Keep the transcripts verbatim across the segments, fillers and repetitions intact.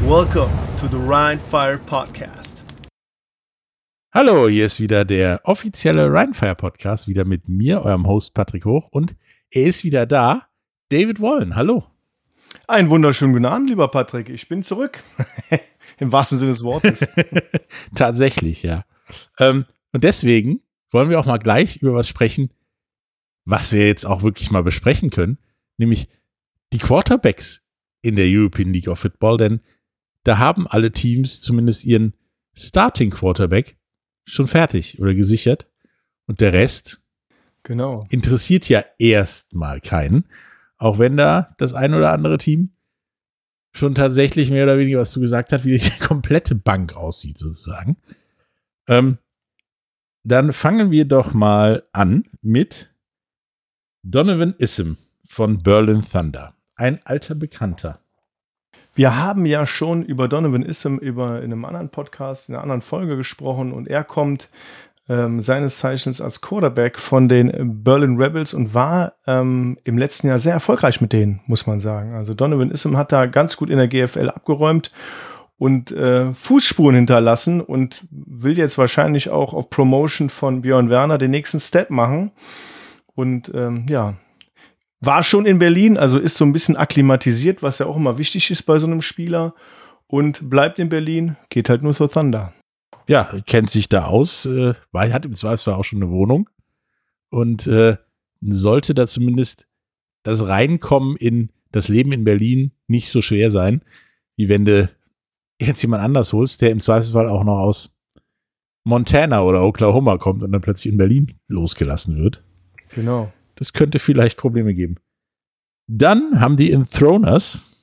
Welcome to the Rhine Fire Podcast. Hallo, hier ist wieder der offizielle Rhine Fire Podcast, wieder mit mir, eurem Host Patrick Hoch, und er ist wieder da, David Wollen. Hallo. Einen wunderschönen guten Abend, lieber Patrick. Ich bin zurück. Im wahrsten Sinne des Wortes. Tatsächlich, ja. Ähm, und deswegen wollen wir auch mal gleich über was sprechen, was wir jetzt auch wirklich mal besprechen können, nämlich die Quarterbacks in der European League of Football, denn da haben alle Teams zumindest ihren Starting Quarterback schon fertig oder gesichert und der Rest genau. interessiert ja erstmal keinen, auch wenn da das ein oder andere Team schon tatsächlich mehr oder weniger, was du gesagt hast, wie die komplette Bank aussieht sozusagen. Ähm, dann fangen wir doch mal an mit Donovan Issam von Berlin Thunder, ein alter Bekannter. Wir haben ja schon über Donovan Issam über in einem anderen Podcast, in einer anderen Folge gesprochen und er kommt ähm, seines Zeichens als Quarterback von den Berlin Rebels und war ähm, im letzten Jahr sehr erfolgreich mit denen, muss man sagen. Also Donovan Issam hat da ganz gut in der G F L abgeräumt und äh, Fußspuren hinterlassen und will jetzt wahrscheinlich auch auf Promotion von Björn Werner den nächsten Step machen. Und ähm, ja, war schon in Berlin, also ist so ein bisschen akklimatisiert, was ja auch immer wichtig ist bei so einem Spieler. Und bleibt in Berlin, geht halt nur zur Thunder. Ja, kennt sich da aus, äh, weil hat im Zweifelsfall auch schon eine Wohnung und äh, sollte da zumindest das Reinkommen in das Leben in Berlin nicht so schwer sein, wie wenn du jetzt jemand anders holst, der im Zweifelsfall auch noch aus Montana oder Oklahoma kommt und dann plötzlich in Berlin losgelassen wird. Genau. Das könnte vielleicht Probleme geben. Dann haben die Enthroners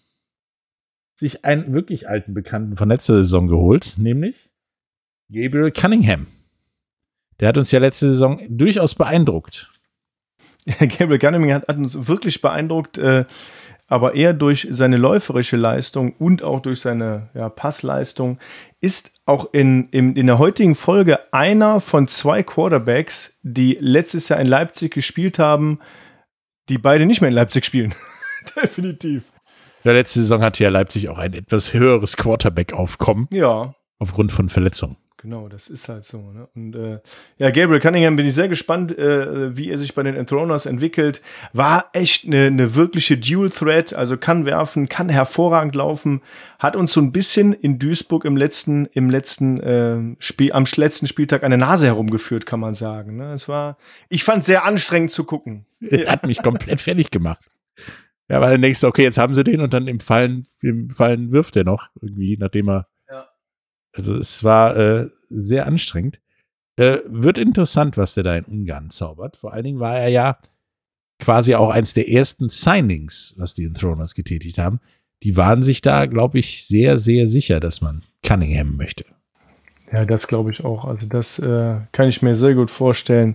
sich einen wirklich alten Bekannten von letzter Saison geholt, nämlich Gabriel Cunningham. Der hat uns ja letzte Saison durchaus beeindruckt. Ja, Gabriel Cunningham hat, hat uns wirklich beeindruckt, äh, aber eher durch seine läuferische Leistung und auch durch seine ja, Passleistung ist auch in, in, in der heutigen Folge einer von zwei Quarterbacks, die letztes Jahr in Leipzig gespielt haben, die beide nicht mehr in Leipzig spielen. Definitiv. Ja, letzte Saison hatte ja Leipzig auch ein etwas höheres Quarterback-Aufkommen. Ja. Aufgrund von Verletzungen. Genau, das ist halt so. Ne? Und äh, ja, Gabriel Cunningham, bin ich sehr gespannt, äh, wie er sich bei den Enthroners entwickelt. War echt eine, eine wirkliche Dual-Threat, also kann werfen, kann hervorragend laufen. Hat uns so ein bisschen in Duisburg im letzten, im letzten äh, Spiel, am letzten Spieltag eine Nase herumgeführt, kann man sagen. Ne? Es war, ich fand es sehr anstrengend zu gucken. Hat mich komplett fertig gemacht. Ja, weil dann denkst du, okay, jetzt haben sie den und dann im Fallen, im Fallen wirft er noch irgendwie, nachdem er. Ja. Also es war äh, sehr anstrengend. Äh, wird interessant, was der da in Ungarn zaubert. Vor allen Dingen war er ja quasi auch eins der ersten Signings, was die Enthroners getätigt haben. Die waren sich da, glaube ich, sehr, sehr sicher, dass man Cunningham möchte. Ja, das glaube ich auch. Also das äh, kann ich mir sehr gut vorstellen.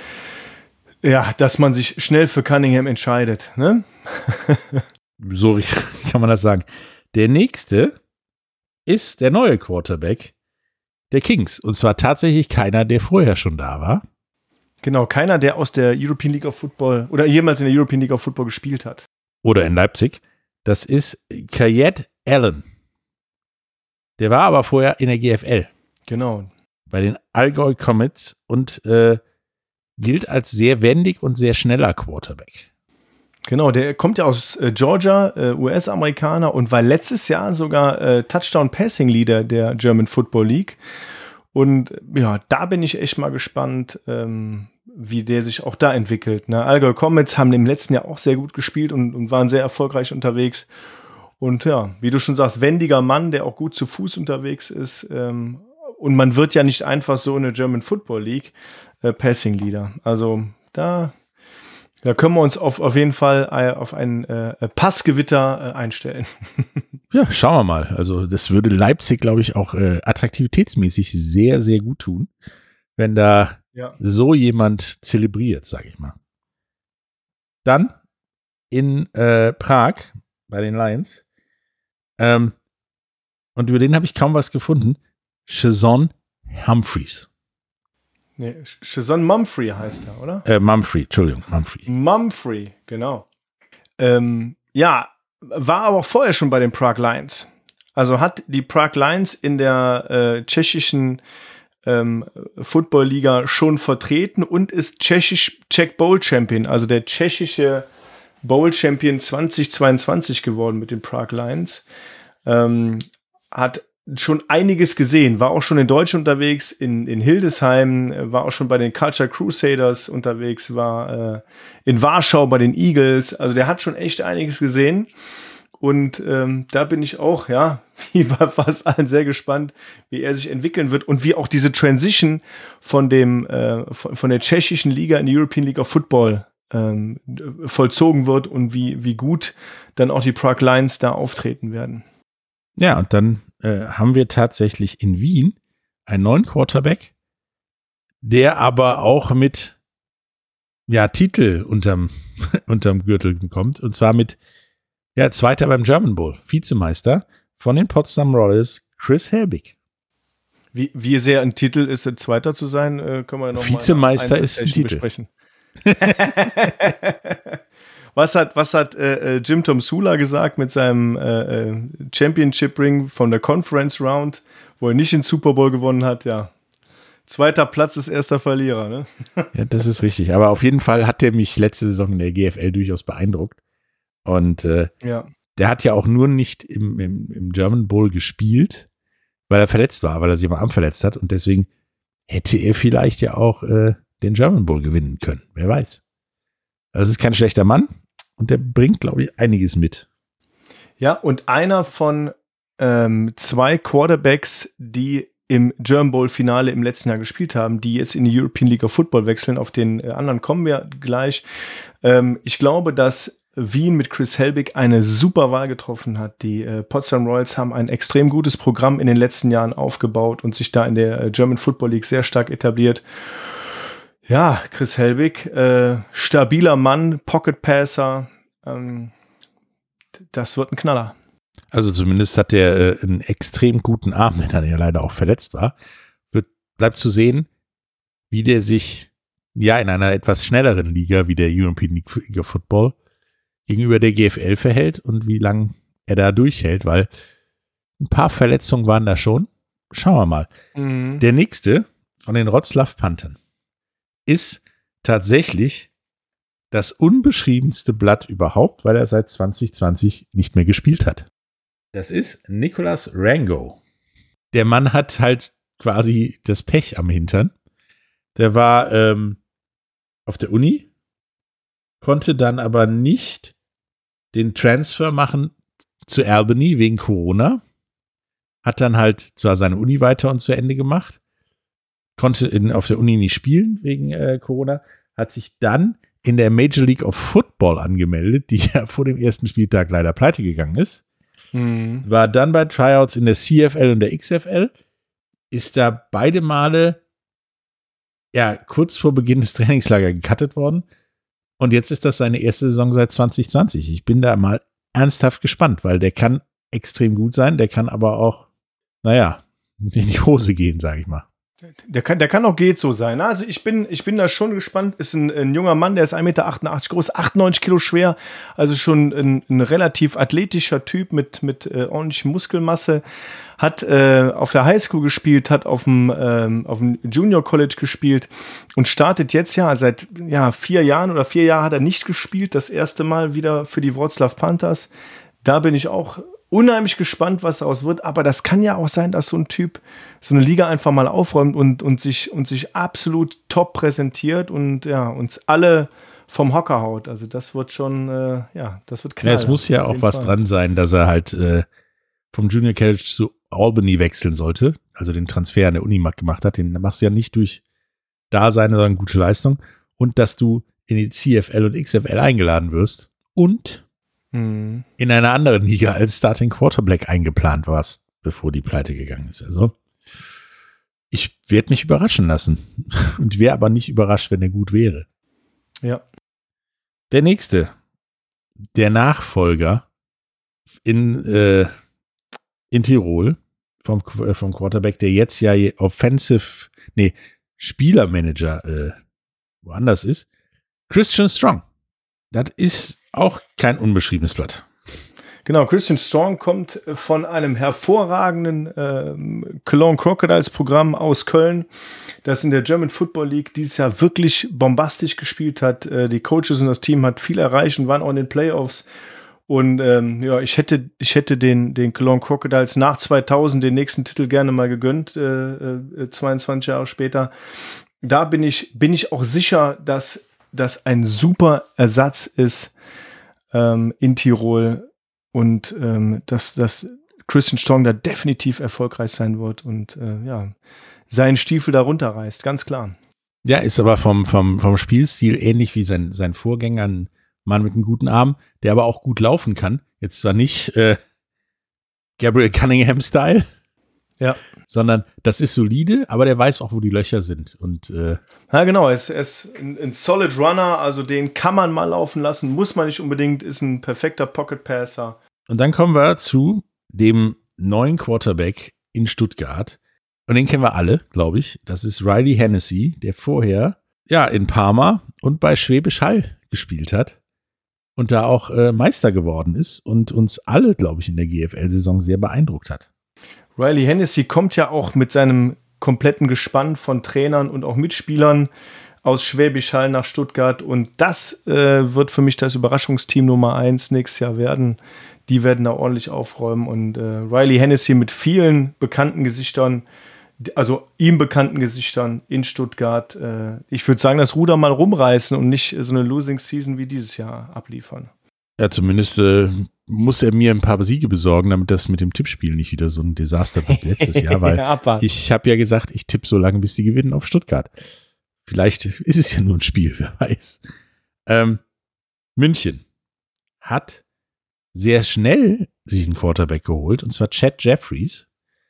Ja, dass man sich schnell für Cunningham entscheidet. Ne? So kann man das sagen. Der nächste ist der neue Quarterback der Kings. Und zwar tatsächlich keiner, der vorher schon da war. Genau, keiner, der aus der European League of Football oder jemals in der European League of Football gespielt hat. Oder in Leipzig. Das ist Kayet Allen. Der war aber vorher in der G F L. Genau. Bei den Allgäu Comets und äh, gilt als sehr wendig und sehr schneller Quarterback. Genau, der kommt ja aus äh, Georgia, äh, U S-Amerikaner und war letztes Jahr sogar äh, Touchdown-Passing-Leader der German Football League. Und ja, da bin ich echt mal gespannt, ähm, wie der sich auch da entwickelt. Ne? Allgäu Comets haben im letzten Jahr auch sehr gut gespielt und, und waren sehr erfolgreich unterwegs. Und ja, wie du schon sagst, wendiger Mann, der auch gut zu Fuß unterwegs ist. Ähm, und man wird ja nicht einfach so in der German Football League äh, Passing-Leader. Also da... Da können wir uns auf, auf jeden Fall äh, auf ein äh, Passgewitter äh, einstellen. Ja, schauen wir mal. Also das würde Leipzig, glaube ich, auch äh, attraktivitätsmäßig sehr, sehr gut tun, wenn da ja. so jemand zelebriert, sage ich mal. Dann in äh, Prag bei den Lions. Ähm, und über den habe ich kaum was gefunden. Shazon Humphreys. Nee, Shazon Mumphrey heißt er, oder? Äh, Mumphrey, Entschuldigung, Mumphrey. Mumphrey, genau. Ähm, ja, war aber auch vorher schon bei den Prague Lions. Also hat die Prague Lions in der äh, tschechischen ähm, Football-Liga schon vertreten und ist tschechisch Czech Bowl Champion, also der tschechische Bowl Champion zwanzig zweiundzwanzig geworden mit den Prague Lions. Ähm, hat schon einiges gesehen, war auch schon in Deutschland unterwegs, in, in Hildesheim, war auch schon bei den Culture Crusaders unterwegs, war äh, in Warschau bei den Eagles, also der hat schon echt einiges gesehen und ähm, da bin ich auch, ja, wie bei fast allen sehr gespannt, wie er sich entwickeln wird und wie auch diese Transition von dem äh, von, von der tschechischen Liga in die European League of Football ähm, vollzogen wird und wie, wie gut dann auch die Prague Lions da auftreten werden. Ja, und dann äh, haben wir tatsächlich in Wien einen neuen Quarterback, der aber auch mit ja, Titel unterm, unterm Gürtel kommt. Und zwar mit ja, Zweiter beim German Bowl, Vizemeister von den Potsdam Royals, Chris Helbig. Wie, wie sehr ein Titel ist, Zweiter zu sein, äh, können wir noch Vizemeister mal ist ein Titel. Besprechen. Was hat, was hat äh, Jim Tom Sula gesagt mit seinem äh, Championship Ring von der Conference Round, wo er nicht den Super Bowl gewonnen hat? Ja, zweiter Platz ist erster Verlierer, ne? Ja, das ist richtig. Aber auf jeden Fall hat er mich letzte Saison in der G F L durchaus beeindruckt. Und äh, ja. der hat ja auch nur nicht im, im, im German Bowl gespielt, weil er verletzt war, weil er sich am Arm verletzt hat. Und deswegen hätte er vielleicht ja auch äh, den German Bowl gewinnen können. Wer weiß. Also es ist kein schlechter Mann und der bringt, glaube ich, einiges mit. Ja, und einer von ähm, zwei Quarterbacks, die im German Bowl-Finale im letzten Jahr gespielt haben, die jetzt in die European League of Football wechseln. Auf den äh, anderen kommen wir gleich. Ähm, ich glaube, dass Wien mit Chris Helbig eine super Wahl getroffen hat. Die äh, Potsdam Royals haben ein extrem gutes Programm in den letzten Jahren aufgebaut und sich da in der äh, German Football League sehr stark etabliert. Ja, Chris Helbig, äh, stabiler Mann, Pocket Passer, ähm, das wird ein Knaller. Also zumindest hat der äh, einen extrem guten Arm, der dann ja leider auch verletzt war. Wird, bleibt zu sehen, wie der sich ja in einer etwas schnelleren Liga wie der European League of Football gegenüber der G F L verhält und wie lange er da durchhält, weil ein paar Verletzungen waren da schon. Schauen wir mal. Mhm. Der nächste von den Wroclaw Panthern ist tatsächlich das unbeschriebenste Blatt überhaupt, weil er seit zwanzig zwanzig nicht mehr gespielt hat. Das ist Nicholas Rango. Der Mann hat halt quasi das Pech am Hintern. Der war ähm, auf der Uni, konnte dann aber nicht den Transfer machen zu Albany wegen Corona. Hat dann halt zwar seine Uni weiter und zu Ende gemacht, konnte in, auf der Uni nicht spielen wegen äh, Corona, hat sich dann in der Major League of Football angemeldet, die ja vor dem ersten Spieltag leider pleite gegangen ist. Mhm. War dann bei Tryouts in der C F L und der X F L, ist da beide Male ja kurz vor Beginn des Trainingslagers gecuttet worden und jetzt ist das seine erste Saison seit zwanzig zwanzig. Ich bin da mal ernsthaft gespannt, weil der kann extrem gut sein, der kann aber auch, naja, in die Hose gehen, sage ich mal. Der kann, der kann auch geht so sein. Also ich bin, ich bin da schon gespannt. Ist ein, ein junger Mann, der ist ein Meter achtundachtzig groß, achtundneunzig Kilo schwer. Also schon ein, ein relativ athletischer Typ mit, mit äh, ordentlicher Muskelmasse. Hat äh, auf der Highschool gespielt, hat auf dem, ähm, auf dem Junior College gespielt und startet jetzt ja seit ja, vier Jahren oder vier Jahren hat er nicht gespielt. Das erste Mal wieder für die Wroclaw Panthers. Da bin ich auch unheimlich gespannt, was daraus wird, aber das kann ja auch sein, dass so ein Typ so eine Liga einfach mal aufräumt und, und, sich, und sich absolut top präsentiert und ja, uns alle vom Hocker haut. Also das wird schon, äh, ja, das wird klar. Ja, es muss ja auch was Fall. dran sein, dass er halt äh, vom Junior College zu Albany wechseln sollte, also den Transfer an der Uni gemacht hat, den machst du ja nicht durch Dasein, sondern gute Leistung und dass du in die C F L und X F L eingeladen wirst und in einer anderen Liga als Starting Quarterback eingeplant warst, bevor die Pleite gegangen ist. Also, ich werde mich überraschen lassen. Und wäre aber nicht überrascht, wenn er gut wäre. Ja. Der nächste, der Nachfolger in, äh, in Tirol vom, äh, vom Quarterback, der jetzt ja Offensive, nee, Spielermanager äh, woanders ist, Christian Strong. Das ist auch kein unbeschriebenes Blatt. Genau, Christian Strong kommt von einem hervorragenden ähm, Cologne Crocodiles Programm aus Köln, das in der German Football League dieses Jahr wirklich bombastisch gespielt hat. Äh, die Coaches und das Team hat viel erreicht und waren auch in den Playoffs. Und ähm, ja, ich hätte, ich hätte den, den Cologne Crocodiles nach zweitausend den nächsten Titel gerne mal gegönnt, äh, äh, zweiundzwanzig Jahre später. Da bin ich, bin ich auch sicher, dass das ein super Ersatz ist ähm, in Tirol. Und ähm, dass, dass Christian Strong da definitiv erfolgreich sein wird und äh, ja, seinen Stiefel da runterreißt, ganz klar. Ja, ist aber vom, vom, vom Spielstil ähnlich wie sein, sein Vorgänger, ein Mann mit einem guten Arm, der aber auch gut laufen kann. Jetzt zwar nicht äh, Gabriel Cunningham-Style, ja, sondern das ist solide, aber der weiß auch, wo die Löcher sind. Und äh, ja, genau, er ist, er ist ein, ein Solid Runner, also den kann man mal laufen lassen, muss man nicht unbedingt, ist ein perfekter Pocket Passer. Und dann kommen wir zu dem neuen Quarterback in Stuttgart. Und den kennen wir alle, glaube ich. Das ist Riley Hennessy, der vorher ja in Parma und bei Schwäbisch Hall gespielt hat und da auch äh, Meister geworden ist und uns alle, glaube ich, in der G F L-Saison sehr beeindruckt hat. Riley Hennessy kommt ja auch mit seinem kompletten Gespann von Trainern und auch Mitspielern aus Schwäbisch Hall nach Stuttgart. Und das äh, wird für mich das Überraschungsteam Nummer eins nächstes Jahr werden. Die werden da ordentlich aufräumen. Und äh, Riley Hennessy mit vielen bekannten Gesichtern, also ihm bekannten Gesichtern in Stuttgart. Äh, ich würde sagen, das Ruder mal rumreißen und nicht so eine Losing Season wie dieses Jahr abliefern. Ja, zumindest äh, muss er mir ein paar Siege besorgen, damit das mit dem Tippspiel nicht wieder so ein Desaster wird wie letztes Jahr, weil ich habe ja gesagt, ich tippe so lange, bis die gewinnen auf Stuttgart. Vielleicht ist es ja nur ein Spiel, wer weiß. Ähm, München hat sehr schnell sich einen Quarterback geholt, und zwar Chad Jeffries.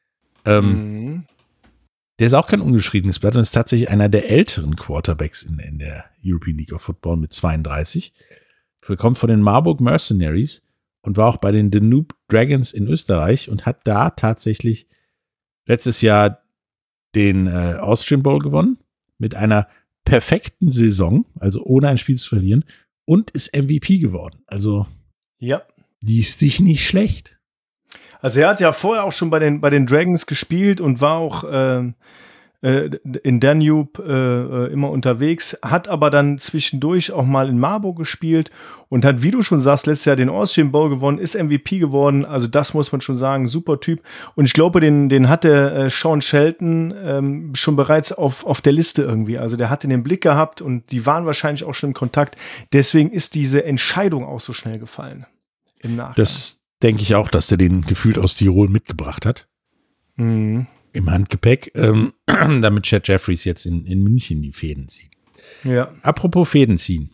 Ähm, mhm. Der ist auch kein ungeschriebenes Blatt und ist tatsächlich einer der älteren Quarterbacks in, in der European League of Football mit zweiunddreißig. Er kommt von den Marburg Mercenaries und war auch bei den Danube Dragons in Österreich und hat da tatsächlich letztes Jahr den äh, Austrian Bowl gewonnen mit einer perfekten Saison, also ohne ein Spiel zu verlieren, und ist M V P geworden. Also ja, liest sich nicht schlecht. Also er hat ja vorher auch schon bei den, bei den Dragons gespielt und war auch ähm, äh, in Danube äh, immer unterwegs, hat aber dann zwischendurch auch mal in Marburg gespielt und hat, wie du schon sagst, letztes Jahr den Austrian Bowl gewonnen, ist M V P geworden, also das muss man schon sagen, super Typ. Und ich glaube, den, den hatte äh, Sean Shelton ähm, schon bereits auf, auf der Liste irgendwie, also der hatte den Blick gehabt und die waren wahrscheinlich auch schon in Kontakt, deswegen ist diese Entscheidung auch so schnell gefallen im Nachhinein. Das denke ich auch, dass der den gefühlt aus Tirol mitgebracht hat. Mhm. Im Handgepäck, ähm, damit Chad Jeffries jetzt in, in München die Fäden zieht. Ja. Apropos Fäden ziehen.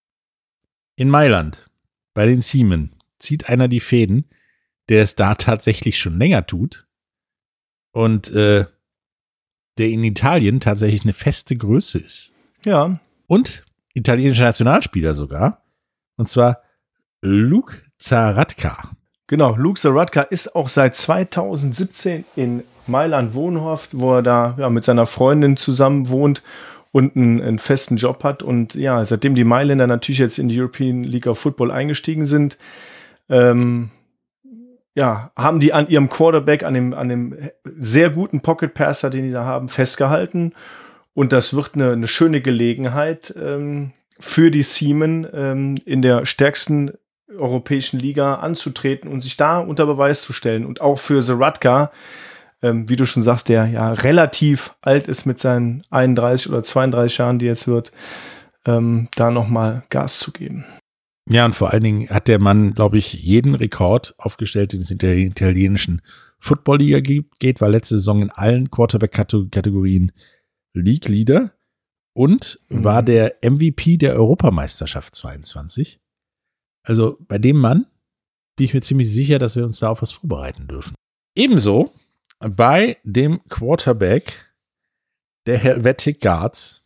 In Mailand, bei den Siemen, zieht einer die Fäden, der es da tatsächlich schon länger tut und äh, der in Italien tatsächlich eine feste Größe ist. Ja. Und italienischer Nationalspieler sogar. Und zwar Luke Zaratka. Genau, Luke Zaratka ist auch seit zweitausendsiebzehn in Mailand wohnhaft, wo er da ja, mit seiner Freundin zusammen wohnt und einen, einen festen Job hat. Und ja, seitdem die Mailänder natürlich jetzt in die European League of Football eingestiegen sind, ähm, ja, haben die an ihrem Quarterback, an dem, an dem sehr guten Pocket Passer, den die da haben, festgehalten. Und das wird eine, eine schöne Gelegenheit ähm, für die Siemen ähm, in der stärksten europäischen Liga anzutreten und sich da unter Beweis zu stellen. Und auch für Zaratka, ähm, wie du schon sagst, der ja relativ alt ist mit seinen einunddreißig oder zweiunddreißig Jahren, die jetzt wird, ähm, da nochmal Gas zu geben. Ja, und vor allen Dingen hat der Mann, glaube ich, jeden Rekord aufgestellt, den es in der italienischen Football-Liga geht, war letzte Saison in allen Quarterback-Kategorien League-Leader und mhm. war der M V P der Europameisterschaft zweiundzwanzig. Also bei dem Mann bin ich mir ziemlich sicher, dass wir uns da auf was vorbereiten dürfen. Ebenso bei dem Quarterback der Helvetic Guards.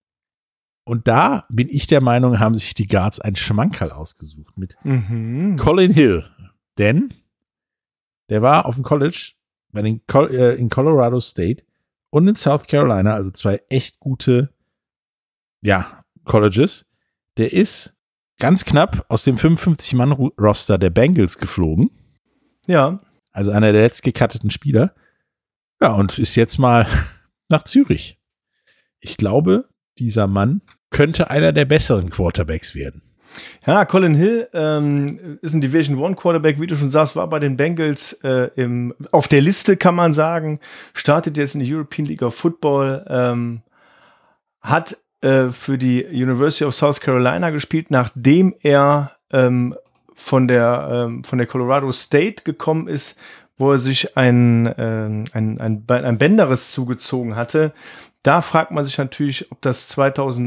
Und da bin ich der Meinung, haben sich die Guards ein Schmankerl ausgesucht mit mhm. Colin Hill. Denn der war auf dem College bei den Col- äh, in Colorado State und in South Carolina, also zwei echt gute ja, Colleges. Der ist ganz knapp aus dem fünfundfünfzig-Mann-Roster der Bengals geflogen. Ja. Also einer der letztgecutteten Spieler. Ja, und ist jetzt mal nach Zürich. Ich glaube, dieser Mann könnte einer der besseren Quarterbacks werden. Ja, Colin Hill ähm, ist ein Division One Quarterback, wie du schon sagst, war bei den Bengals äh, im, auf der Liste, kann man sagen, startet jetzt in die European League of Football, ähm, hat äh, für die University of South Carolina gespielt, nachdem er ähm, von der ähm, von der Colorado State gekommen ist, wo er sich ein, ähm, ein, ein, ein Bänderriss zugezogen hatte. Da fragt man sich natürlich, ob das zwanzig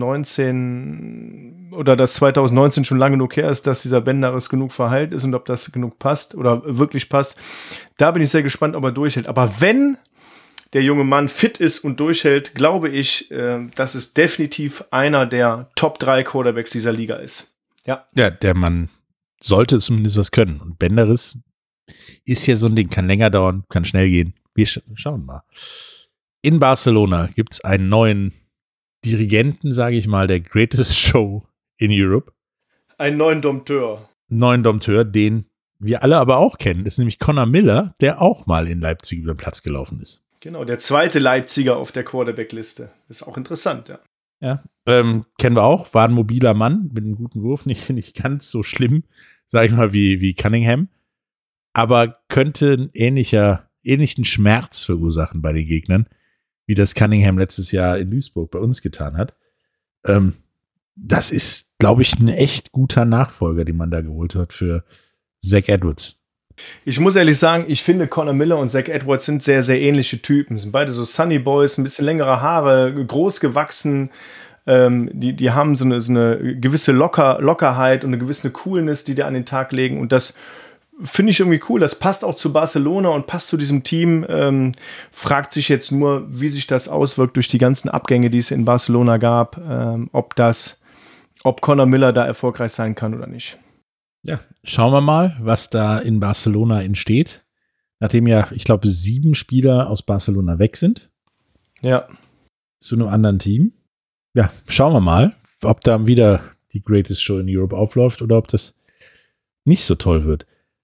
neunzehn oder das zwanzig neunzehn schon lange genug her ist, dass dieser Bänderriss genug verheilt ist und ob das genug passt oder wirklich passt. Da bin ich sehr gespannt, ob er durchhält. Aber wenn der junge Mann fit ist und durchhält, glaube ich, äh, dass es definitiv einer der Top drei Quarterbacks dieser Liga ist. Ja, ja, der Mann sollte zumindest was können. Und Bänderriss ist ja so ein Ding, kann länger dauern, kann schnell gehen. Wir sch- schauen mal. In Barcelona gibt es einen neuen Dirigenten, sage ich mal, der Greatest Show in Europe. Einen neuen Dompteur. Neuen Dompteur, den wir alle aber auch kennen. Das ist nämlich Connor Miller, der auch mal in Leipzig über den Platz gelaufen ist. Genau, der zweite Leipziger auf der Quarterback-Liste. Ist auch interessant, ja. Ja, ähm, kennen wir auch. War ein mobiler Mann mit einem guten Wurf. Nicht, nicht ganz so schlimm, sage ich mal, wie, wie Cunningham. Aber könnte einen ähnlicher, ähnlichen Schmerz verursachen bei den Gegnern, wie das Cunningham letztes Jahr in Duisburg bei uns getan hat. Ähm, das ist, glaube ich, ein echt guter Nachfolger, den man da geholt hat für Zach Edwards. Ich muss ehrlich sagen, ich finde Connor Miller und Zach Edwards sind sehr, sehr ähnliche Typen. Sind beide so Sunny Boys, ein bisschen längere Haare, groß gewachsen. Ähm, die, die haben so eine, so eine gewisse Locker, Lockerheit und eine gewisse Coolness, die die an den Tag legen. Und das finde ich irgendwie cool. Das passt auch zu Barcelona und passt zu diesem Team. Ähm, fragt sich jetzt nur, wie sich das auswirkt durch die ganzen Abgänge, die es in Barcelona gab. Ähm, ob das, ob Connor Miller da erfolgreich sein kann oder nicht. Ja, schauen wir mal, was da in Barcelona entsteht. Nachdem ja, ich glaube, sieben Spieler aus Barcelona weg sind. Ja. Zu einem anderen Team. Ja, schauen wir mal, ob da wieder die Greatest Show in Europe aufläuft oder ob das nicht so toll wird.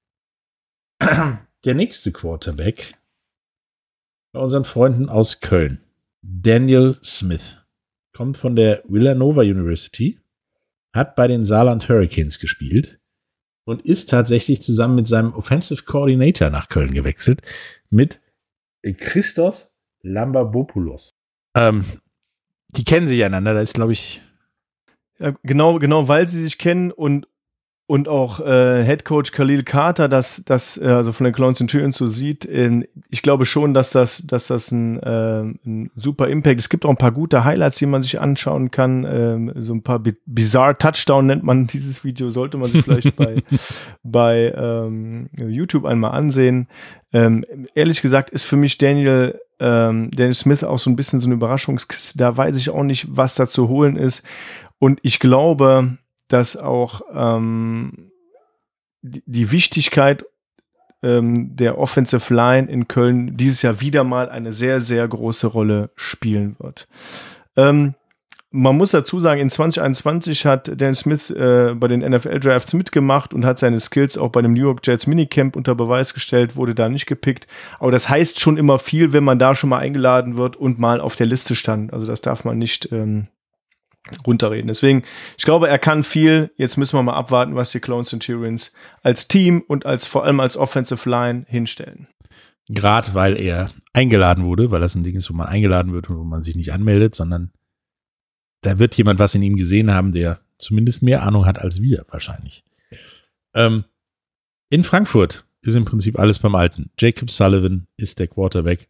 Der nächste Quarterback bei unseren Freunden aus Köln. Daniel Smith. Kommt von der Villanova University. Hat bei den Saarland Hurricanes gespielt. Und ist tatsächlich zusammen mit seinem Offensive Coordinator nach Köln gewechselt. Mit Christos Lambabopoulos. Ähm, die kennen sich einander. Da ist, glaube ich... Ja, genau, genau, weil sie sich kennen und Und auch äh, Head Coach Khalil Carter, das, das äh, also von den Clown Centurions so sieht, in, ich glaube schon, dass das, dass das ein, äh, ein super Impact ist. Es gibt auch ein paar gute Highlights, die man sich anschauen kann. Ähm, so ein paar bi- bizarre Touchdown nennt man dieses Video, sollte man sich vielleicht bei, bei ähm, YouTube einmal ansehen. Ähm, ehrlich gesagt ist für mich Daniel, ähm, Daniel Smith auch so ein bisschen so eine Überraschungskiste. Da weiß ich auch nicht, was da zu holen ist. Und ich glaube, dass auch ähm, die, die Wichtigkeit ähm, der Offensive Line in Köln dieses Jahr wieder mal eine sehr, sehr große Rolle spielen wird. Ähm, man muss dazu sagen, in zwanzig einundzwanzig hat Dan Smith äh, bei den N F L-Drafts mitgemacht und hat seine Skills auch bei dem New York Jets Minicamp unter Beweis gestellt, wurde da nicht gepickt. Aber das heißt schon immer viel, wenn man da schon mal eingeladen wird und mal auf der Liste stand. Also das darf man nicht ähm, runterreden. Deswegen, ich glaube, er kann viel. Jetzt müssen wir mal abwarten, was die Clown Centurions als Team und als vor allem als Offensive Line hinstellen. Gerade weil er eingeladen wurde, weil das ein Ding ist, wo man eingeladen wird und wo man sich nicht anmeldet, sondern da wird jemand was in ihm gesehen haben, der zumindest mehr Ahnung hat als wir wahrscheinlich. Ähm, in Frankfurt ist im Prinzip alles beim Alten. Jacob Sullivan ist der Quarterback,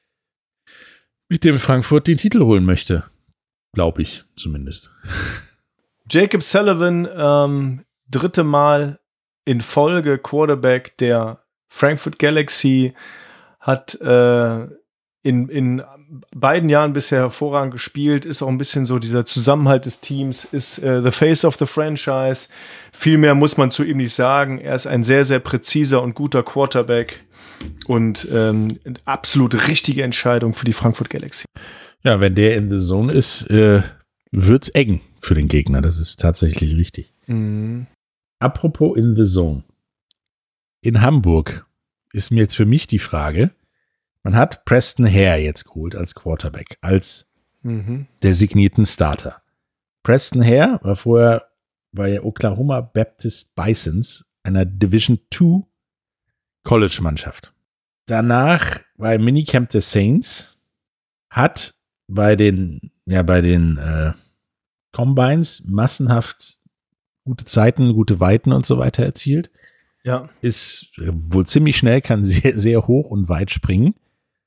mit dem Frankfurt den Titel holen möchte. Glaube ich zumindest. Jacob Sullivan, ähm, dritte Mal in Folge Quarterback der Frankfurt Galaxy, hat äh, in, in beiden Jahren bisher hervorragend gespielt, ist auch ein bisschen so dieser Zusammenhalt des Teams, ist äh, the face of the franchise. Viel mehr muss man zu ihm nicht sagen. Er ist ein sehr, sehr präziser und guter Quarterback und ähm, absolut richtige Entscheidung für die Frankfurt Galaxy. Ja, wenn der in the zone ist, äh, wird's eng für den Gegner. Das ist tatsächlich richtig. Mhm. Apropos in the zone. In Hamburg ist mir jetzt für mich die Frage, man hat Preston Hare jetzt geholt als Quarterback, als mhm. designierten Starter. Preston Hare war vorher bei Oklahoma Baptist Bisons, einer Division zwei College-Mannschaft. Danach war er im Minicamp der Saints, hat bei den, ja, bei den äh, Combines massenhaft gute Zeiten, gute Weiten und so weiter erzielt. Ja. Ist wohl ziemlich schnell, kann sehr, sehr hoch und weit springen.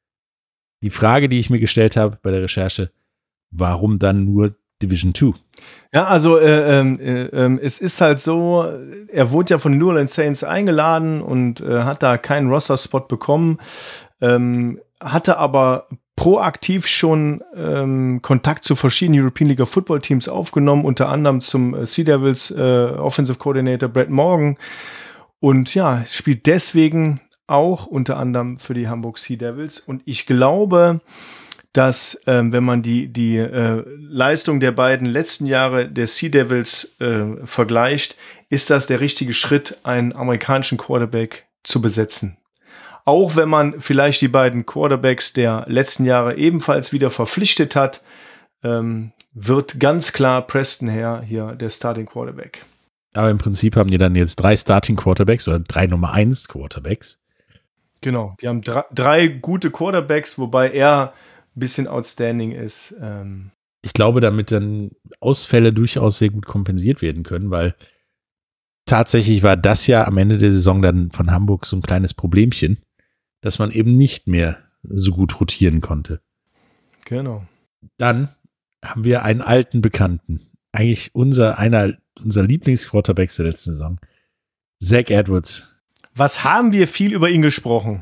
Die Frage, die ich mir gestellt habe bei der Recherche, warum dann nur Division zwei? Ja, also äh, äh, äh, es ist halt so, er wurde ja von den New Orleans Saints eingeladen und äh, hat da keinen Roster-Spot bekommen, ähm, hatte aber proaktiv schon ähm, Kontakt zu verschiedenen European League Football Teams aufgenommen, unter anderem zum äh, Sea Devils äh, Offensive Coordinator Brett Morgan und ja, spielt deswegen auch unter anderem für die Hamburg Sea Devils und ich glaube, dass ähm, wenn man die, die äh, Leistung der beiden letzten Jahre der Sea Devils äh, vergleicht, ist das der richtige Schritt, einen amerikanischen Quarterback zu besetzen. Auch wenn man vielleicht die beiden Quarterbacks der letzten Jahre ebenfalls wieder verpflichtet hat, ähm, wird ganz klar Preston Hare hier der Starting Quarterback. Aber im Prinzip haben die dann jetzt drei Starting Quarterbacks oder drei Nummer eins Quarterbacks. Genau, die haben drei, drei gute Quarterbacks, wobei er ein bisschen outstanding ist. Ähm. Ich glaube, damit dann Ausfälle durchaus sehr gut kompensiert werden können, weil tatsächlich war das ja am Ende der Saison dann von Hamburg so ein kleines Problemchen, dass man eben nicht mehr so gut rotieren konnte. Genau. Dann haben wir einen alten Bekannten, eigentlich unser, einer unserer Lieblingsquarterbacks der letzten Saison, Zach Edwards. Was haben wir viel über ihn gesprochen?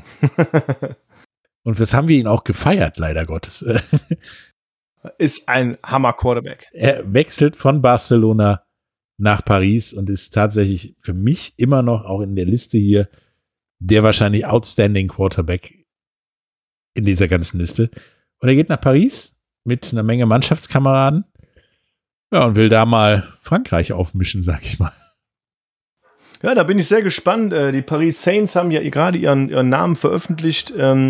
Und was haben wir ihn auch gefeiert, leider Gottes. Ist ein Hammer-Quarterback. Er wechselt von Barcelona nach Paris und ist tatsächlich für mich immer noch auch in der Liste hier der wahrscheinlich outstanding Quarterback in dieser ganzen Liste. Und er geht nach Paris mit einer Menge Mannschaftskameraden. Ja, und will da mal Frankreich aufmischen, sag ich mal. Ja, da bin ich sehr gespannt. Die Paris Saints haben ja gerade ihren, ihren Namen veröffentlicht.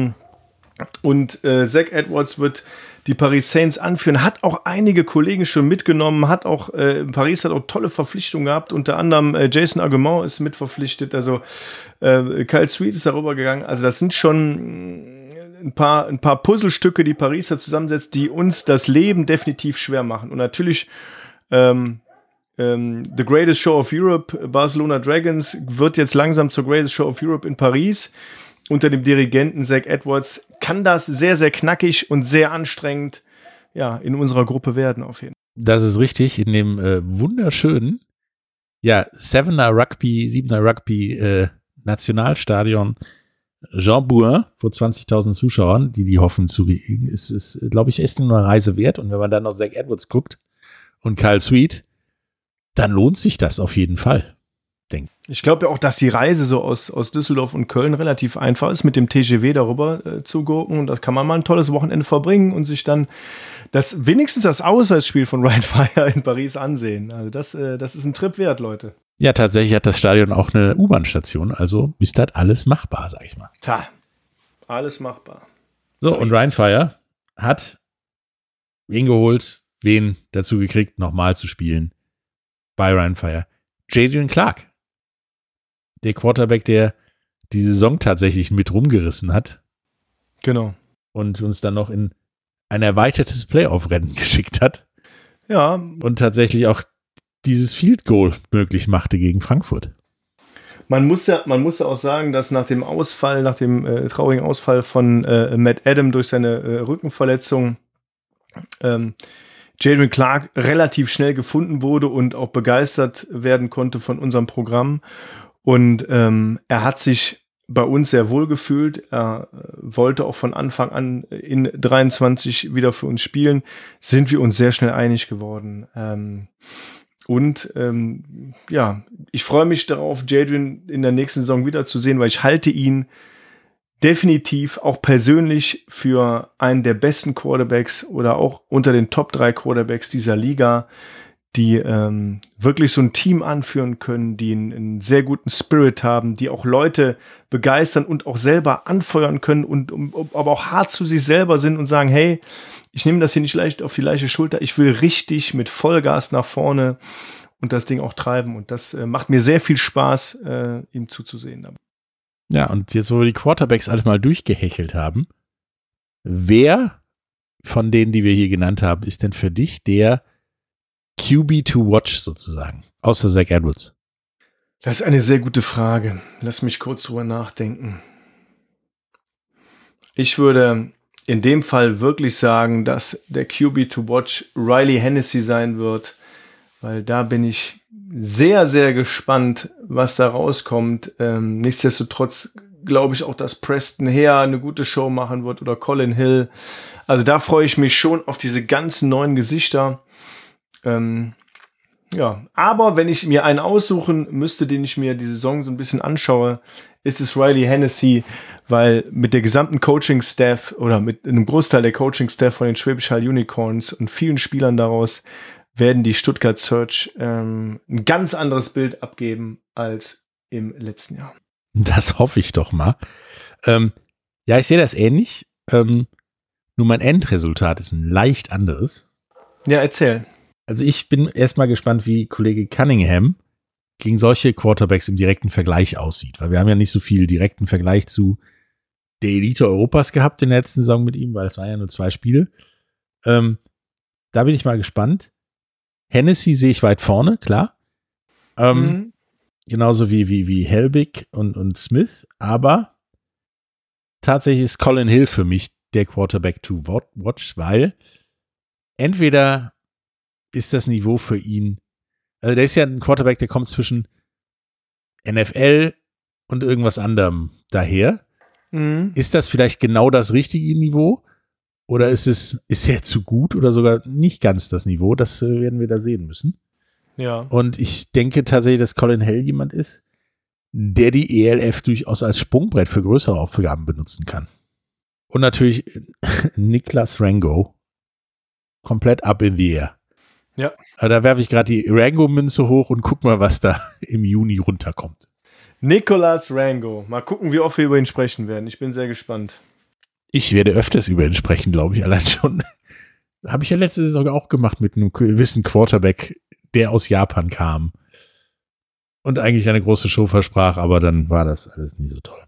Und Zach Edwards wird die Paris Saints anführen. Hat auch einige Kollegen schon mitgenommen. Hat auch, Paris hat auch tolle Verpflichtungen gehabt. Unter anderem Jason Argument ist mitverpflichtet. Also Kyle Sweet ist darüber gegangen. Also das sind schon ein paar, ein paar Puzzlestücke, die Paris da zusammensetzt, die uns das Leben definitiv schwer machen. Und natürlich ähm, ähm, The Greatest Show of Europe, Barcelona Dragons, wird jetzt langsam zur Greatest Show of Europe in Paris. Unter dem Dirigenten Zach Edwards kann das sehr, sehr knackig und sehr anstrengend ja, in unserer Gruppe werden auf jeden Fall. Das ist richtig, in dem äh, wunderschönen ja, Sevener Rugby, Siebener Rugby äh, Nationalstadion Jean Bouin vor zwanzigtausend Zuschauern, die die hoffen zu kriegen, ist, ist glaube ich, echt nur eine Reise wert. Und wenn man dann noch Zach Edwards guckt und Kyle Sweet, dann lohnt sich das auf jeden Fall. Denk. Ich glaube ja auch, dass die Reise so aus, aus Düsseldorf und Köln relativ einfach ist, mit dem T G W darüber äh, zu gurken. Und da kann man mal ein tolles Wochenende verbringen und sich dann das wenigstens das Auswärtsspiel von Ryan Fire in Paris ansehen. Also das, äh, das ist ein Trip wert, Leute. Ja, tatsächlich hat das Stadion auch eine U-Bahn-Station, also ist das alles machbar, sag ich mal. Tja, alles machbar. So, und Ryan Fire hat wen geholt, wen dazu gekriegt, nochmal zu spielen bei Ryan Fire. Jadrian Clark. Der Quarterback, der die Saison tatsächlich mit rumgerissen hat. Genau. Und uns dann noch in ein erweitertes Playoff-Rennen geschickt hat. Ja. Und tatsächlich auch dieses Field Goal möglich machte gegen Frankfurt. Man muss ja, man muss ja auch sagen, dass nach dem Ausfall, nach dem äh, traurigen Ausfall von äh, Matt Adam durch seine äh, Rückenverletzung, ähm, Jadrian Clark relativ schnell gefunden wurde und auch begeistert werden konnte von unserem Programm. Und ähm, er hat sich bei uns sehr wohl gefühlt. Er wollte auch von Anfang an in dreiundzwanzig wieder für uns spielen. Sind wir uns sehr schnell einig geworden. Ähm, und ähm, ja, ich freue mich darauf, Jadrian in der nächsten Saison wiederzusehen, weil ich halte ihn definitiv auch persönlich für einen der besten Quarterbacks oder auch unter den Top drei Quarterbacks dieser Liga, die ähm, wirklich so ein Team anführen können, die einen, einen sehr guten Spirit haben, die auch Leute begeistern und auch selber anfeuern können und um, um, aber auch hart zu sich selber sind und sagen, hey, ich nehme das hier nicht leicht auf die leichte Schulter, ich will richtig mit Vollgas nach vorne und das Ding auch treiben. Und das äh, macht mir sehr viel Spaß, äh, ihm zuzusehen. Ja, und jetzt, wo wir die Quarterbacks alle mal durchgehechelt haben, wer von denen, die wir hier genannt haben, ist denn für dich der Q B to watch sozusagen, außer Zach Edwards? Das ist eine sehr gute Frage. Lass mich kurz drüber nachdenken. Ich würde in dem Fall wirklich sagen, dass der Q B to watch Riley Hennessy sein wird, weil da bin ich sehr, sehr gespannt, was da rauskommt. Ähm, nichtsdestotrotz glaube ich auch, dass Preston Hare eine gute Show machen wird oder Colin Hill. Also da freue ich mich schon auf diese ganzen neuen Gesichter. Ähm, ja, aber wenn ich mir einen aussuchen müsste, den ich mir die Saison so ein bisschen anschaue, ist es Riley Hennessy, weil mit der gesamten Coaching-Staff oder mit einem Großteil der Coaching-Staff von den Schwäbisch Hall Unicorns und vielen Spielern daraus werden die Stuttgart Surge ähm, ein ganz anderes Bild abgeben als im letzten Jahr. Das hoffe ich doch mal. Ähm, ja, ich sehe das ähnlich. Ähm, nur mein Endresultat ist ein leicht anderes. Ja, erzähl. Also ich bin erstmal gespannt, wie Kollege Cunningham gegen solche Quarterbacks im direkten Vergleich aussieht. Weil wir haben ja nicht so viel direkten Vergleich zu der Elite Europas gehabt in der letzten Saison mit ihm, weil es waren ja nur zwei Spiele. Ähm, da bin ich mal gespannt. Hennessy sehe ich weit vorne, klar. Ähm, mhm. Genauso wie, wie, wie Helbig und, und Smith. Aber tatsächlich ist Colin Hill für mich der Quarterback to watch, weil entweder ist das Niveau für ihn, also der ist ja ein Quarterback, der kommt zwischen N F L und irgendwas anderem daher. Mhm. Ist das vielleicht genau das richtige Niveau? Oder ist es, ist er zu gut oder sogar nicht ganz das Niveau? Das äh, werden wir da sehen müssen. Ja. Und ich denke tatsächlich, dass Colin Hill jemand ist, der die E L F durchaus als Sprungbrett für größere Aufgaben benutzen kann. Und natürlich Niklas Rango. Komplett up in the air. Ja. Aber da werfe ich gerade die Rango-Münze hoch und guck mal, was da im Juni runterkommt. Nicolas Rango. Mal gucken, wie oft wir über ihn sprechen werden. Ich bin sehr gespannt. Ich werde öfters über ihn sprechen, glaube ich, allein schon. Habe ich ja letzte Saison auch gemacht mit einem gewissen Quarterback, der aus Japan kam und eigentlich eine große Show versprach, aber dann war das alles nie so toll.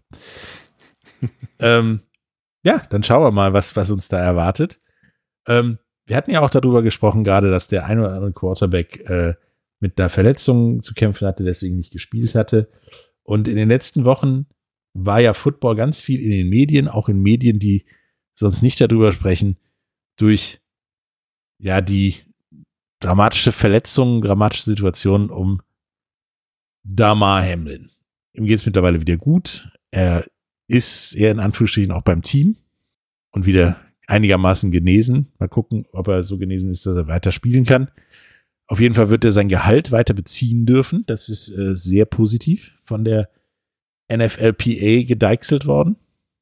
ähm, ja, dann schauen wir mal, was, was uns da erwartet. Ähm, wir hatten ja auch darüber gesprochen, gerade, dass der ein oder andere Quarterback äh, mit einer Verletzung zu kämpfen hatte, deswegen nicht gespielt hatte. Und in den letzten Wochen war ja Football ganz viel in den Medien, auch in Medien, die sonst nicht darüber sprechen, durch ja die dramatische Verletzung, dramatische Situation um Damar Hamlin. Ihm geht es mittlerweile wieder gut. Er ist eher in Anführungsstrichen auch beim Team und wieder einigermaßen genesen. Mal gucken, ob er so genesen ist, dass er weiter spielen kann. Auf jeden Fall wird er sein Gehalt weiter beziehen dürfen. Das ist äh, sehr positiv von der N F L P A gedeichselt worden.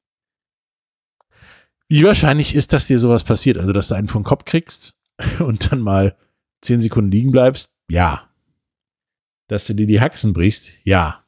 Wie wahrscheinlich ist, dass dir sowas passiert? Also, dass du einen vom Kopf kriegst und dann mal zehn Sekunden liegen bleibst? Ja. Dass du dir die Haxen brichst? Ja.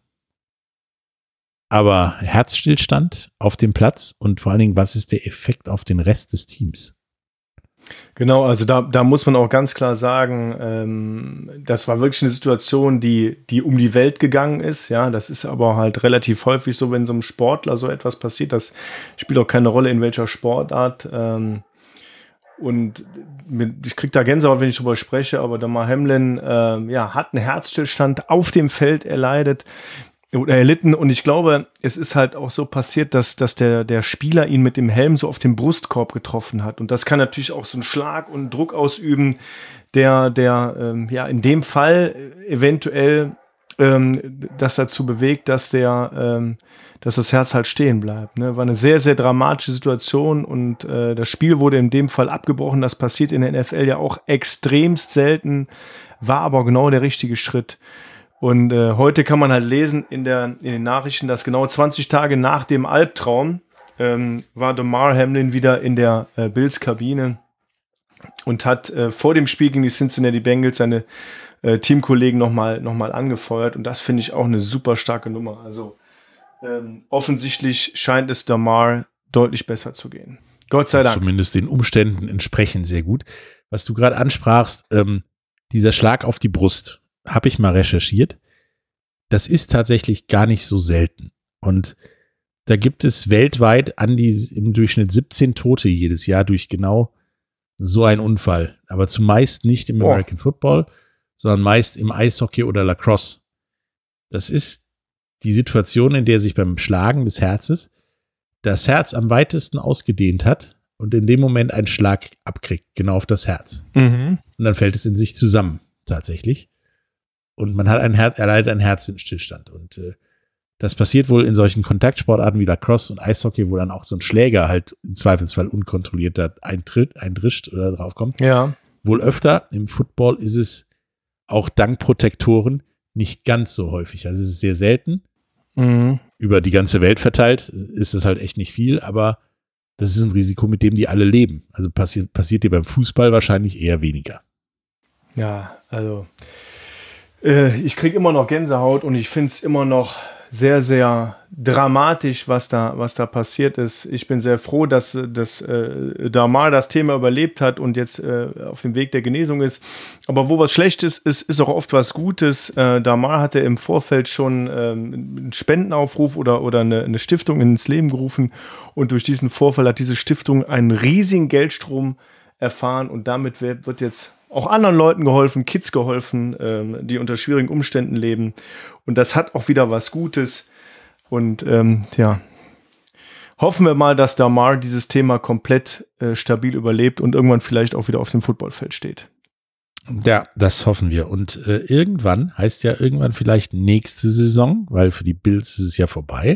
Aber Herzstillstand auf dem Platz und vor allen Dingen, was ist der Effekt auf den Rest des Teams? Genau, also da, da muss man auch ganz klar sagen, ähm, das war wirklich eine Situation, die, die um die Welt gegangen ist. Ja, das ist aber halt relativ häufig so, wenn so einem Sportler so etwas passiert. Das spielt auch keine Rolle, in welcher Sportart. Ähm, und mit, ich kriege da Gänsehaut, wenn ich drüber spreche, aber Damar Hamlin äh, ja, hat einen Herzstillstand auf dem Feld erleidet. Oder erlitten, und ich glaube, es ist halt auch so passiert, dass, dass der, der Spieler ihn mit dem Helm so auf den Brustkorb getroffen hat. Und das kann natürlich auch so einen Schlag und Druck ausüben, der, der ähm, ja in dem Fall eventuell ähm, das dazu bewegt, dass der, ähm, dass das Herz halt stehen bleibt. Ne? War eine sehr, sehr dramatische Situation und äh, das Spiel wurde in dem Fall abgebrochen. Das passiert in der N F L ja auch extremst selten, war aber genau der richtige Schritt. Und äh, heute kann man halt lesen in, der, in den Nachrichten, dass genau zwanzig Tage nach dem Albtraum ähm, war Damar Hamlin wieder in der äh, Bills-Kabine und hat äh, vor dem Spiel gegen die Cincinnati Bengals seine äh, Teamkollegen nochmal noch mal angefeuert. Und das finde ich auch eine super starke Nummer. Also ähm, offensichtlich scheint es Damar deutlich besser zu gehen. Gott sei Dank. Zumindest den Umständen entsprechend sehr gut. Was du gerade ansprachst, ähm, dieser Schlag auf die Brust, habe ich mal recherchiert. Das ist tatsächlich gar nicht so selten. Und da gibt es weltweit an die im Durchschnitt siebzehn Tote jedes Jahr durch genau so einen Unfall. Aber zumeist nicht im Oh. American Football, sondern meist im Eishockey oder Lacrosse. Das ist die Situation, in der sich beim Schlagen des Herzes das Herz am weitesten ausgedehnt hat und in dem Moment einen Schlag abkriegt, genau auf das Herz. Mhm. Und dann fällt es in sich zusammen, tatsächlich. Und man hat ein Herz, erleidet einen Herzstillstand. Und äh, das passiert wohl in solchen Kontaktsportarten wie Lacrosse und Eishockey, wo dann auch so ein Schläger halt im Zweifelsfall unkontrolliert da eintritt, eindrischt oder draufkommt. Ja. Wohl öfter. Im Football ist es auch dank Protektoren nicht ganz so häufig. Also es ist sehr selten. Mhm. Über die ganze Welt verteilt ist es halt echt nicht viel, aber das ist ein Risiko, mit dem die alle leben. Also passiert, passiert dir beim Fußball wahrscheinlich eher weniger. Ja, also äh, ich kriege immer noch Gänsehaut und ich finde es immer noch sehr, sehr dramatisch, was da, was da passiert ist. Ich bin sehr froh, dass, dass äh, Damar das Thema überlebt hat und jetzt äh, auf dem Weg der Genesung ist. Aber wo was Schlechtes ist, ist auch oft was Gutes. Äh, Damar hatte im Vorfeld schon ähm, einen Spendenaufruf oder, oder eine, eine Stiftung ins Leben gerufen und durch diesen Vorfall hat diese Stiftung einen riesigen Geldstrom erfahren und damit wird, wird jetzt auch anderen Leuten geholfen, Kids geholfen, ähm, die unter schwierigen Umständen leben. Und das hat auch wieder was Gutes. Und ähm, ja, hoffen wir mal, dass Damar dieses Thema komplett äh, stabil überlebt und irgendwann vielleicht auch wieder auf dem Footballfeld steht. Ja, das hoffen wir. Und äh, irgendwann, heißt ja irgendwann vielleicht nächste Saison, weil für die Bills ist es ja vorbei.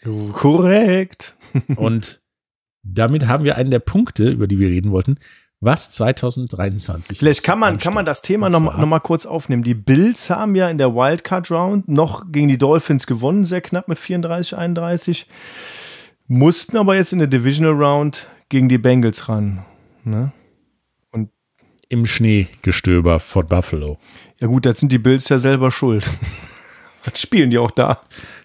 Korrekt. Und damit haben wir einen der Punkte, über die wir reden wollten, was zwanzig dreiundzwanzig. Vielleicht kann man, kann man das Thema noch, noch mal kurz aufnehmen. Die Bills haben ja in der Wildcard-Round noch gegen die Dolphins gewonnen, sehr knapp mit vierunddreißig einunddreißig. Mussten aber jetzt in der Divisional Round gegen die Bengals ran. Ne? Und im Schneegestöber von Buffalo. Ja gut, das sind die Bills ja selber schuld. Was spielen die auch da?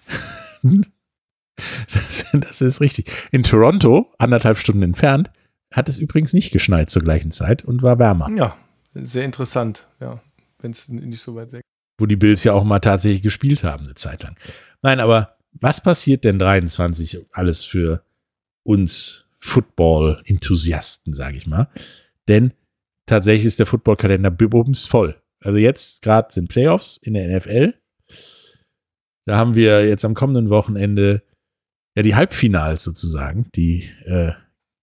Das, das ist richtig. In Toronto, anderthalb Stunden entfernt, hat es übrigens nicht geschneit zur gleichen Zeit und war wärmer. Ja, sehr interessant, ja, wenn es nicht so weit weg ist. Wo die Bills ja auch mal tatsächlich gespielt haben, eine Zeit lang. Nein, aber was passiert denn dreiundzwanzig alles für uns Football-Enthusiasten, sage ich mal? Denn tatsächlich ist der Football-Kalender bums voll. Also jetzt gerade sind Playoffs in der N F L. Da haben wir jetzt am kommenden Wochenende ja die Halbfinals sozusagen, die äh,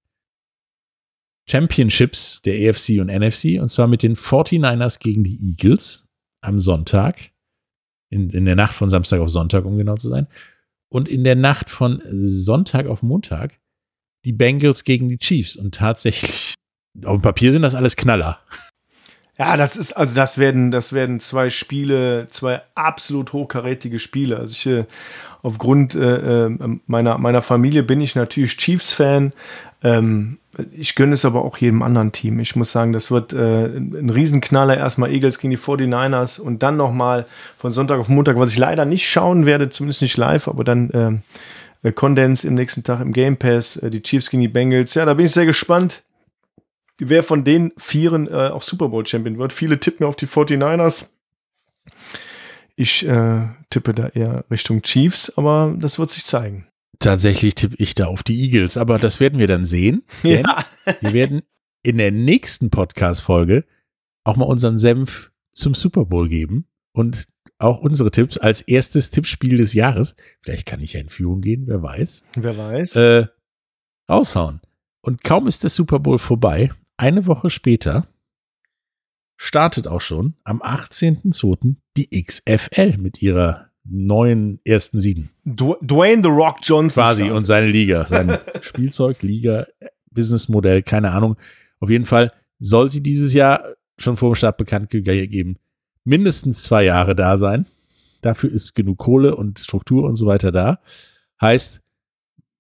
Championships der A F C und N F C, und zwar mit den forty-niners gegen die Eagles am Sonntag, in, in der Nacht von Samstag auf Sonntag, um genau zu sein, und in der Nacht von Sonntag auf Montag die Bengals gegen die Chiefs. Und tatsächlich, auf dem Papier sind das alles Knaller. Ja, das ist, also das werden, das werden zwei Spiele, zwei absolut hochkarätige Spiele. Also ich, äh, aufgrund äh, meiner, meiner Familie bin ich natürlich Chiefs-Fan. Ähm, ich gönne es aber auch jedem anderen Team. Ich muss sagen, das wird äh, ein Riesenknaller. Erstmal Eagles gegen die forty-niners und dann nochmal von Sonntag auf Montag, was ich leider nicht schauen werde, zumindest nicht live, aber dann äh, Condensed im nächsten Tag im Game Pass, äh, die Chiefs gegen die Bengals. Ja, da bin ich sehr gespannt, wer von den Vieren äh, auch Super Bowl Champion wird. Viele tippen auf die forty-niners. Ich äh, tippe da eher Richtung Chiefs, aber das wird sich zeigen. Tatsächlich tippe ich da auf die Eagles, aber das werden wir dann sehen. Denn Ja. wir werden in der nächsten Podcast-Folge auch mal unseren Senf zum Super Bowl geben und auch unsere Tipps als erstes Tippspiel des Jahres. Vielleicht kann ich ja in Führung gehen, wer weiß. Wer weiß. Äh, raushauen. Und kaum ist der Super Bowl vorbei, eine Woche später startet auch schon am achtzehnten zweiten die X F L mit ihrer neuen ersten Siegen. Du- Dwayne The Rock Johnson. Quasi startet. und seine Liga, sein Spielzeug, Liga, Businessmodell, keine Ahnung. Auf jeden Fall soll sie dieses Jahr schon vor dem Start bekannt gegeben, mindestens zwei Jahre da sein. Dafür ist genug Kohle und Struktur und so weiter da. Heißt,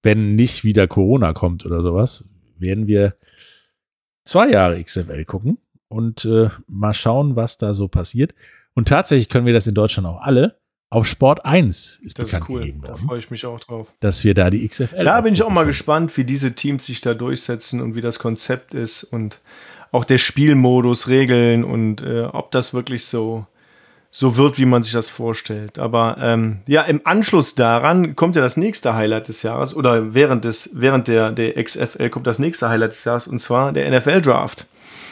wenn nicht wieder Corona kommt oder sowas, werden wir zwei Jahre X F L gucken und äh, mal schauen, was da so passiert. Und tatsächlich können wir das in Deutschland auch alle. Auf Sport eins ist das bekannt ist cool. gegeben worden. Da freue ich mich auch drauf. Dass wir da die X F L. Da bin ich auch mal können. gespannt, wie diese Teams sich da durchsetzen und wie das Konzept ist und auch der Spielmodus, Regeln und äh, ob das wirklich so, so wird, wie man sich das vorstellt. Aber ähm, ja, im Anschluss daran kommt ja das nächste Highlight des Jahres oder während, des, während der, der X F L kommt das nächste Highlight des Jahres und zwar der N F L-Draft.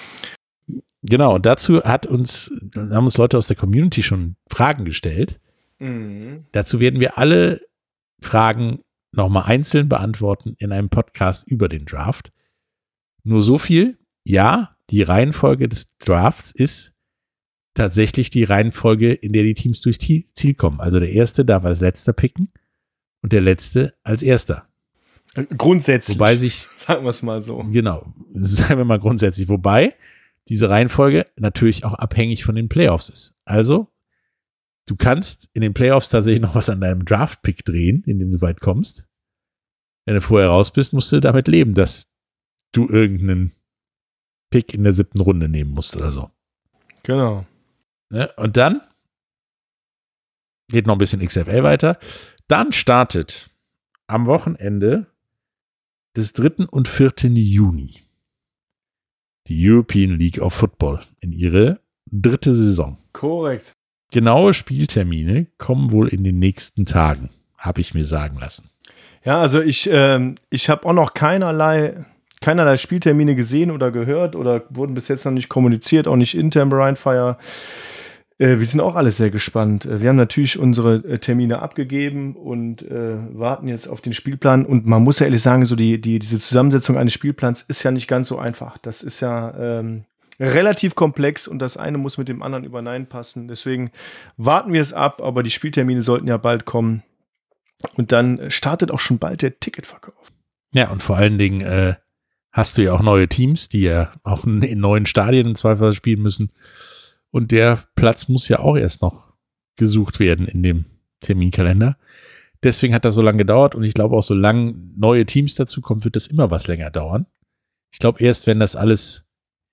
Genau, dazu hat uns, haben uns Leute aus der Community schon Fragen gestellt. Mhm. Dazu werden wir alle Fragen nochmal einzeln beantworten in einem Podcast über den Draft. Nur so viel, ja, die Reihenfolge des Drafts ist tatsächlich die Reihenfolge, in der die Teams durchs Ziel kommen. Also der Erste darf als Letzter picken und der Letzte als Erster. Grundsätzlich. Wobei sich, sagen wir es mal so. Genau, sagen wir mal grundsätzlich. Wobei diese Reihenfolge natürlich auch abhängig von den Playoffs ist. Also du kannst in den Playoffs tatsächlich noch was an deinem Draft-Pick drehen, indem du weit kommst. Wenn du vorher raus bist, musst du damit leben, dass du irgendeinen Pick in der siebten Runde nehmen musst oder so. Genau. Ne? Und dann geht noch ein bisschen X F L weiter. Dann startet am Wochenende des dritten und vierten Juni die European League of Football in ihre dritte Saison. Korrekt. Genaue Spieltermine kommen wohl in den nächsten Tagen, habe ich mir sagen lassen. Ja, also ich, ähm, ich habe auch noch keinerlei, keinerlei Spieltermine gesehen oder gehört oder wurden bis jetzt noch nicht kommuniziert, auch nicht intern bei Rheinfire. Äh, wir sind auch alle sehr gespannt. Wir haben natürlich unsere äh, Termine abgegeben und äh, warten jetzt auf den Spielplan. Und man muss ja ehrlich sagen, so die, die, diese Zusammensetzung eines Spielplans ist ja nicht ganz so einfach. Das ist ja ähm, relativ komplex und das eine muss mit dem anderen übereinpassen. Deswegen warten wir es ab, aber die Spieltermine sollten ja bald kommen. Und dann startet auch schon bald der Ticketverkauf. Ja, und vor allen Dingen äh, hast du ja auch neue Teams, die ja auch in neuen Stadien im Zweifel spielen müssen. Und der Platz muss ja auch erst noch gesucht werden in dem Terminkalender. Deswegen hat das so lange gedauert und ich glaube auch, solange neue Teams dazu kommen, wird das immer was länger dauern. Ich glaube erst, wenn das alles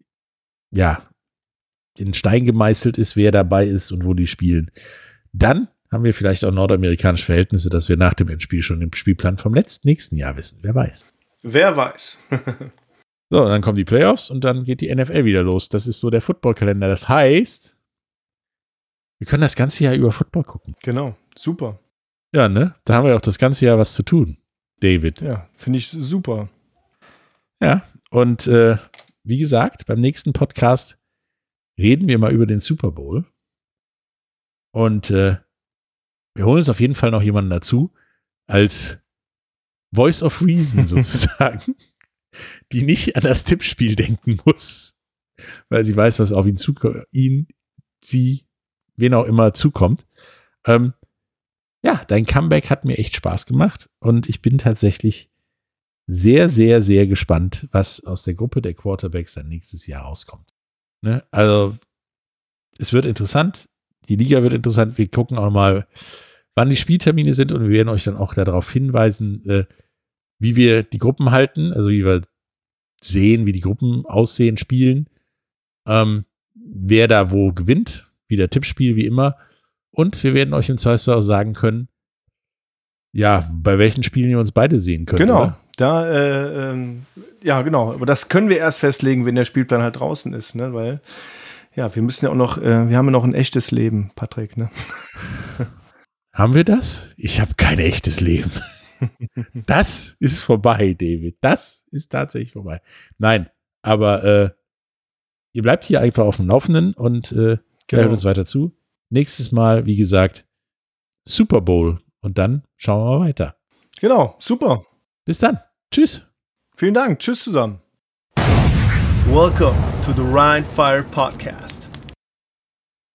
ja in Stein gemeißelt ist, wer dabei ist und wo die spielen, dann haben wir vielleicht auch nordamerikanische Verhältnisse, dass wir nach dem Endspiel schon den Spielplan vom letzten, nächsten Jahr wissen. Wer weiß. Wer weiß. So, und dann kommen die Playoffs und dann geht die N F L wieder los. Das ist so der Footballkalender. Das heißt, wir können das ganze Jahr über Football gucken. Genau, super. Ja, ne? Da haben wir auch das ganze Jahr was zu tun, David. Ja, finde ich super. Ja, und äh, wie gesagt, beim nächsten Podcast reden wir mal über den Super Bowl. Und äh, wir holen uns auf jeden Fall noch jemanden dazu, als Voice of Reason sozusagen, die nicht an das Tippspiel denken muss, weil sie weiß, was auf ihn zukommt, ihn, sie, wen auch immer zukommt. Ähm, ja, dein Comeback hat mir echt Spaß gemacht und ich bin tatsächlich sehr, sehr, sehr gespannt, was aus der Gruppe der Quarterbacks dann nächstes Jahr rauskommt. Ne? Also, es wird interessant. Die Liga wird interessant. Wir gucken auch mal, wann die Spieltermine sind und wir werden euch dann auch darauf hinweisen, äh, wie wir die Gruppen halten, also wie wir sehen, wie die Gruppen aussehen, spielen, ähm, wer da wo gewinnt, wieder Tippspiel wie immer. Und wir werden euch im Zweifel auch sagen können, ja, bei welchen Spielen wir uns beide sehen können. Genau, oder? da, äh, ähm, ja, genau. Aber das können wir erst festlegen, wenn der Spielplan halt draußen ist, ne? Weil, ja, wir müssen ja auch noch, äh, wir haben ja noch ein echtes Leben, Patrick, ne? Haben wir das? Ich habe kein echtes Leben. Das ist vorbei, David. Das ist tatsächlich vorbei. Nein, aber äh, ihr bleibt hier einfach auf dem Laufenden und äh, genau. Hört uns weiter zu. Nächstes Mal, wie gesagt, Super Bowl. Und dann schauen wir mal weiter. Genau, super. Bis dann. Tschüss. Vielen Dank. Tschüss zusammen. Welcome to the Rheinfire Podcast.